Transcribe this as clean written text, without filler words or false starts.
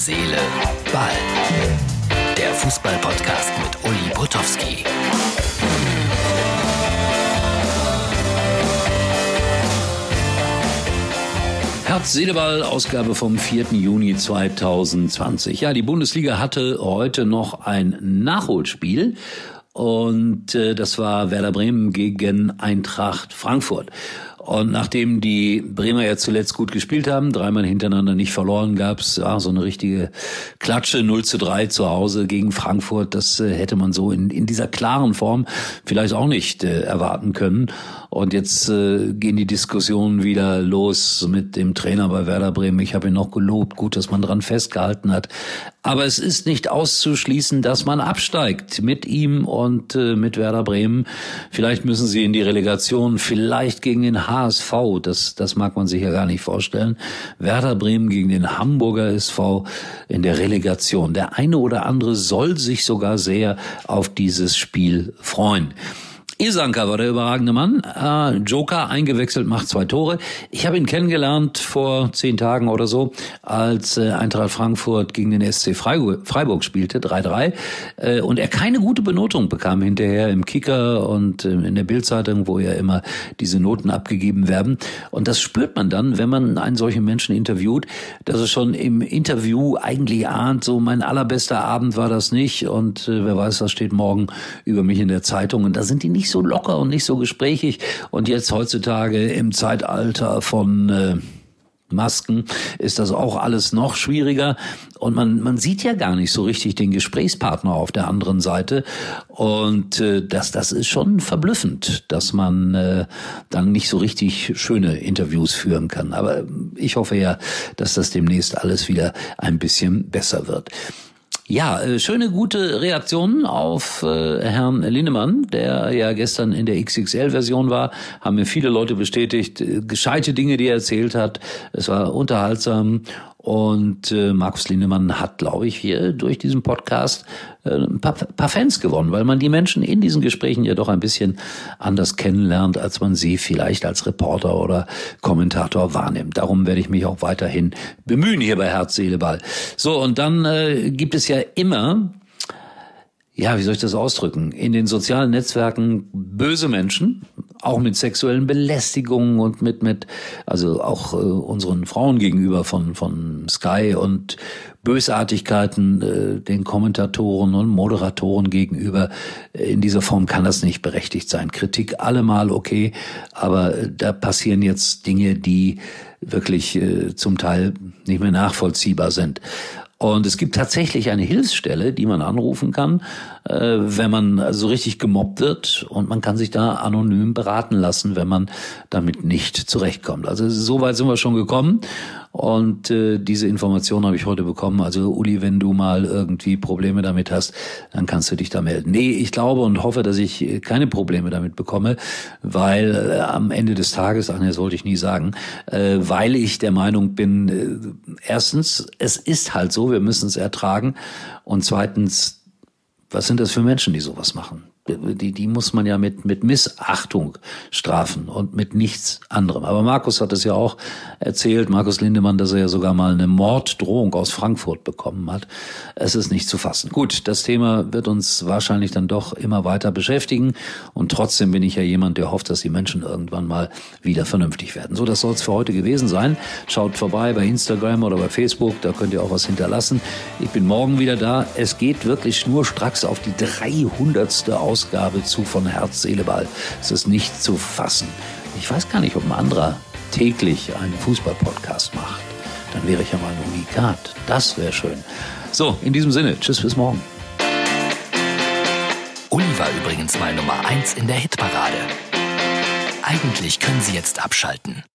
Seele, Ball. Der Fußball-Podcast mit Uli Potowski. Herz, Seele, Ball, Ausgabe vom 4. Juni 2020. Ja, die Bundesliga hatte heute noch ein Nachholspiel. Und das war Werder Bremen gegen Eintracht Frankfurt. Und nachdem die Bremer ja zuletzt gut gespielt haben, 3-mal hintereinander nicht verloren, gab's so eine richtige Klatsche, 0:3 zu Hause gegen Frankfurt. Das hätte man so in dieser klaren Form vielleicht auch nicht erwarten können. Und jetzt gehen die Diskussionen wieder los mit dem Trainer bei Werder Bremen. Ich habe ihn noch gelobt, gut, dass man dran festgehalten hat. Aber es ist nicht auszuschließen, dass man absteigt mit ihm und mit Werder Bremen. Vielleicht müssen sie in die Relegation, vielleicht gegen den HSV, das mag man sich ja gar nicht vorstellen. Werder Bremen gegen den Hamburger SV in der Relegation. Der eine oder andere soll sich sogar sehr auf dieses Spiel freuen. Ilsanker war der überragende Mann. Joker eingewechselt, macht 2 Tore. Ich habe ihn kennengelernt vor 10 Tagen oder so, als Eintracht Frankfurt gegen den SC Freiburg spielte, 3:3. Und er keine gute Benotung bekam hinterher im Kicker und in der Bild-Zeitung, wo ja immer diese Noten abgegeben werden. Und das spürt man dann, wenn man einen solchen Menschen interviewt, dass er schon im Interview eigentlich ahnt, so mein allerbester Abend war das nicht und wer weiß, was steht morgen über mich in der Zeitung. Und da sind die nicht so locker und nicht so gesprächig. Und jetzt heutzutage im Zeitalter von Masken ist das auch alles noch schwieriger. Und man sieht ja gar nicht so richtig den Gesprächspartner auf der anderen Seite. Und das ist schon verblüffend, dass man dann nicht so richtig schöne Interviews führen kann. Aber ich hoffe ja, dass das demnächst alles wieder ein bisschen besser wird. Ja, schöne, gute Reaktionen auf Herrn Linnemann, der ja gestern in der XXL-Version war, haben mir viele Leute bestätigt, gescheite Dinge, die er erzählt hat. Es war unterhaltsam und Markus Linnemann hat, glaube ich, hier durch diesen Podcast ein paar Fans gewonnen, weil man die Menschen in diesen Gesprächen ja doch ein bisschen anders kennenlernt, als man sie vielleicht als Reporter oder Kommentator wahrnimmt. Darum werde ich mich auch weiterhin bemühen hier bei Herz, Seele, Ball. So, und dann gibt es ja immer, ja, wie soll ich das ausdrücken, in den sozialen Netzwerken böse Menschen, auch mit sexuellen Belästigungen und mit also auch unseren Frauen gegenüber von Sky und Bösartigkeiten den Kommentatoren und Moderatoren gegenüber. In dieser Form kann das nicht berechtigt sein. Kritik allemal okay, aber da passieren jetzt Dinge, die wirklich zum Teil nicht mehr nachvollziehbar sind. Und es gibt tatsächlich eine Hilfsstelle, die man anrufen kann, wenn man so richtig gemobbt wird. Und man kann sich da anonym beraten lassen, wenn man damit nicht zurechtkommt. Also so weit sind wir schon gekommen. Und diese Information habe ich heute bekommen. Also Uli, wenn du mal irgendwie Probleme damit hast, dann kannst du dich da melden. Nee, ich glaube und hoffe, dass ich keine Probleme damit bekomme, weil am Ende des Tages, das sollte ich nie sagen, weil ich der Meinung bin, erstens, es ist halt so, wir müssen es ertragen. Und zweitens, was sind das für Menschen, die sowas machen? Die muss man ja mit Missachtung strafen und mit nichts anderem. Aber Markus hat es ja auch erzählt, Markus Lindemann, dass er ja sogar mal eine Morddrohung aus Frankfurt bekommen hat. Es ist nicht zu fassen. Gut, das Thema wird uns wahrscheinlich dann doch immer weiter beschäftigen. Und trotzdem bin ich ja jemand, der hofft, dass die Menschen irgendwann mal wieder vernünftig werden. So, das soll es für heute gewesen sein. Schaut vorbei bei Instagram oder bei Facebook, da könnt ihr auch was hinterlassen. Ich bin morgen wieder da. Es geht wirklich schnurstracks auf die 300. Ausgabe zu von Herz, Seele, Ball. Es ist nicht zu fassen. Ich weiß gar nicht, ob ein anderer täglich einen Fußball-Podcast macht. Dann wäre ich ja mal ein Unikat. Das wäre schön. So, in diesem Sinne. Tschüss, bis morgen. Uli war übrigens mal Nummer 1 in der Hitparade. Eigentlich können Sie jetzt abschalten.